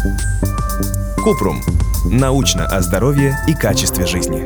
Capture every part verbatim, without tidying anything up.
Купрум. Научно о здоровье и качестве жизни.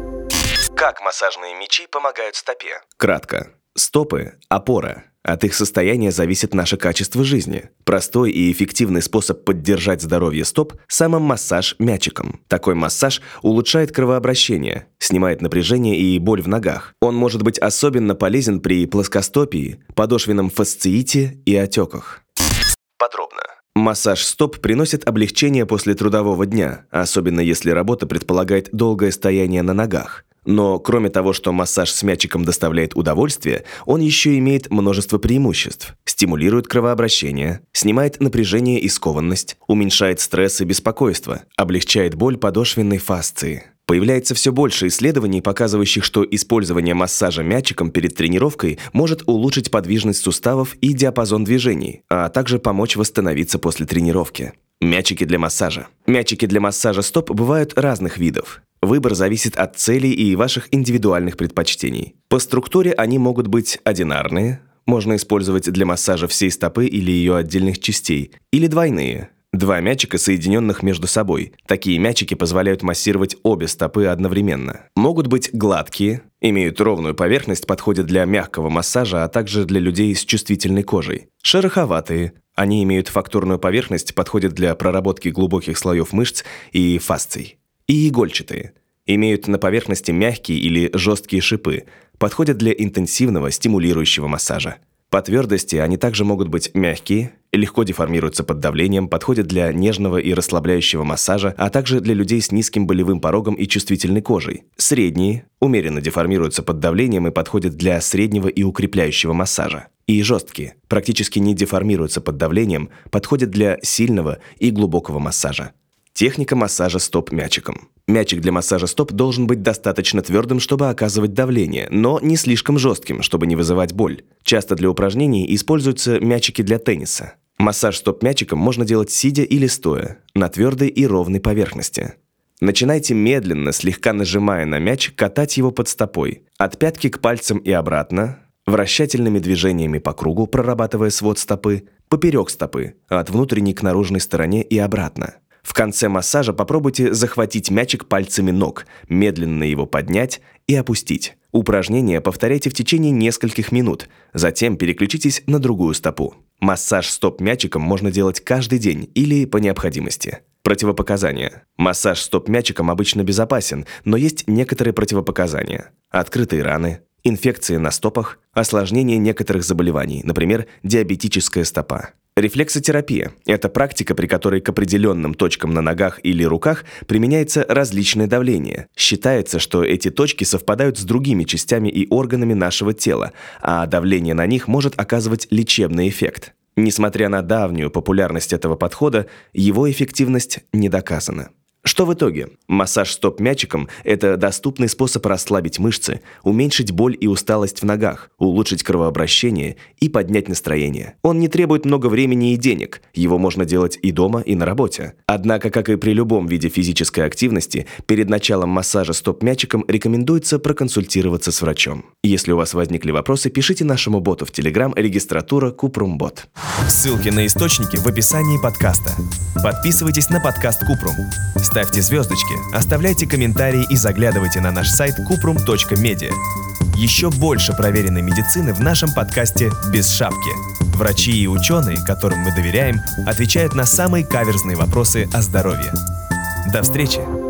Как массажные мячи помогают стопе? Кратко. Стопы – опора. От их состояния зависит наше качество жизни. Простой и эффективный способ поддержать здоровье стоп – самомассаж мячиком. Такой массаж улучшает кровообращение, снимает напряжение и боль в ногах. Он может быть особенно полезен при плоскостопии, подошвенном фасциите и отеках. Подробно. Массаж стоп приносит облегчение после трудового дня, особенно если работа предполагает долгое стояние на ногах. Но кроме того, что массаж с мячиком доставляет удовольствие, он еще имеет множество преимуществ. Стимулирует кровообращение, снимает напряжение и скованность, уменьшает стресс и беспокойство, облегчает боль подошвенной фасции. Появляется все больше исследований, показывающих, что использование массажа мячиком перед тренировкой может улучшить подвижность суставов и диапазон движений, а также помочь восстановиться после тренировки. Мячики для массажа. Мячики для массажа стоп бывают разных видов. Выбор зависит от целей и ваших индивидуальных предпочтений. По структуре они могут быть одинарные, можно использовать для массажа всей стопы или ее отдельных частей, или двойные. Два мячика, соединенных между собой. Такие мячики позволяют массировать обе стопы одновременно. Могут быть гладкие, имеют ровную поверхность, подходят для мягкого массажа, а также для людей с чувствительной кожей. Шероховатые. Они имеют фактурную поверхность, подходят для проработки глубоких слоев мышц и фасций. И игольчатые. Имеют на поверхности мягкие или жесткие шипы, подходят для интенсивного стимулирующего массажа. По твердости они также могут быть мягкие, легко деформируются под давлением, подходят для нежного и расслабляющего массажа, а также для людей с низким болевым порогом и чувствительной кожей. Средние, умеренно деформируются под давлением и подходят для среднего и укрепляющего массажа. И жесткие, практически не деформируются под давлением, подходят для сильного и глубокого массажа. Техника массажа стоп мячиком. Мячик для массажа стоп должен быть достаточно твердым, чтобы оказывать давление, но не слишком жестким, чтобы не вызывать боль. Часто для упражнений используются мячики для тенниса. Массаж стоп мячиком можно делать сидя или стоя, на твердой и ровной поверхности. Начинайте медленно, слегка нажимая на мяч, катать его под стопой, от пятки к пальцам и обратно, вращательными движениями по кругу, прорабатывая свод стопы, поперек стопы, от внутренней к наружной стороне и обратно. В конце массажа попробуйте захватить мячик пальцами ног, медленно его поднять и опустить. Упражнение повторяйте в течение нескольких минут, затем переключитесь на другую стопу. Массаж стоп мячиком можно делать каждый день или по необходимости. Противопоказания. Массаж стоп мячиком обычно безопасен, но есть некоторые противопоказания. Открытые раны, инфекции на стопах, осложнение некоторых заболеваний, например, диабетическая стопа. Рефлексотерапия – это практика, при которой к определенным точкам на ногах или руках применяется различное давление. Считается, что эти точки совпадают с другими частями и органами нашего тела, а давление на них может оказывать лечебный эффект. Несмотря на давнюю популярность этого подхода, его эффективность не доказана. Что в итоге? Массаж стоп мячиком – это доступный способ расслабить мышцы, уменьшить боль и усталость в ногах, улучшить кровообращение и поднять настроение. Он не требует много времени и денег, его можно делать и дома, и на работе. Однако, как и при любом виде физической активности, перед началом массажа стоп мячиком рекомендуется проконсультироваться с врачом. Если у вас возникли вопросы, пишите нашему боту в Telegram регистратура Купрумбот. Ссылки на источники в описании подкаста. Подписывайтесь на подкаст Купрум. Ставьте звездочки, оставляйте комментарии и заглядывайте на наш сайт купрум точка медиа. Еще больше проверенной медицины в нашем подкасте «Без шапки». Врачи и ученые, которым мы доверяем, отвечают на самые каверзные вопросы о здоровье. До встречи!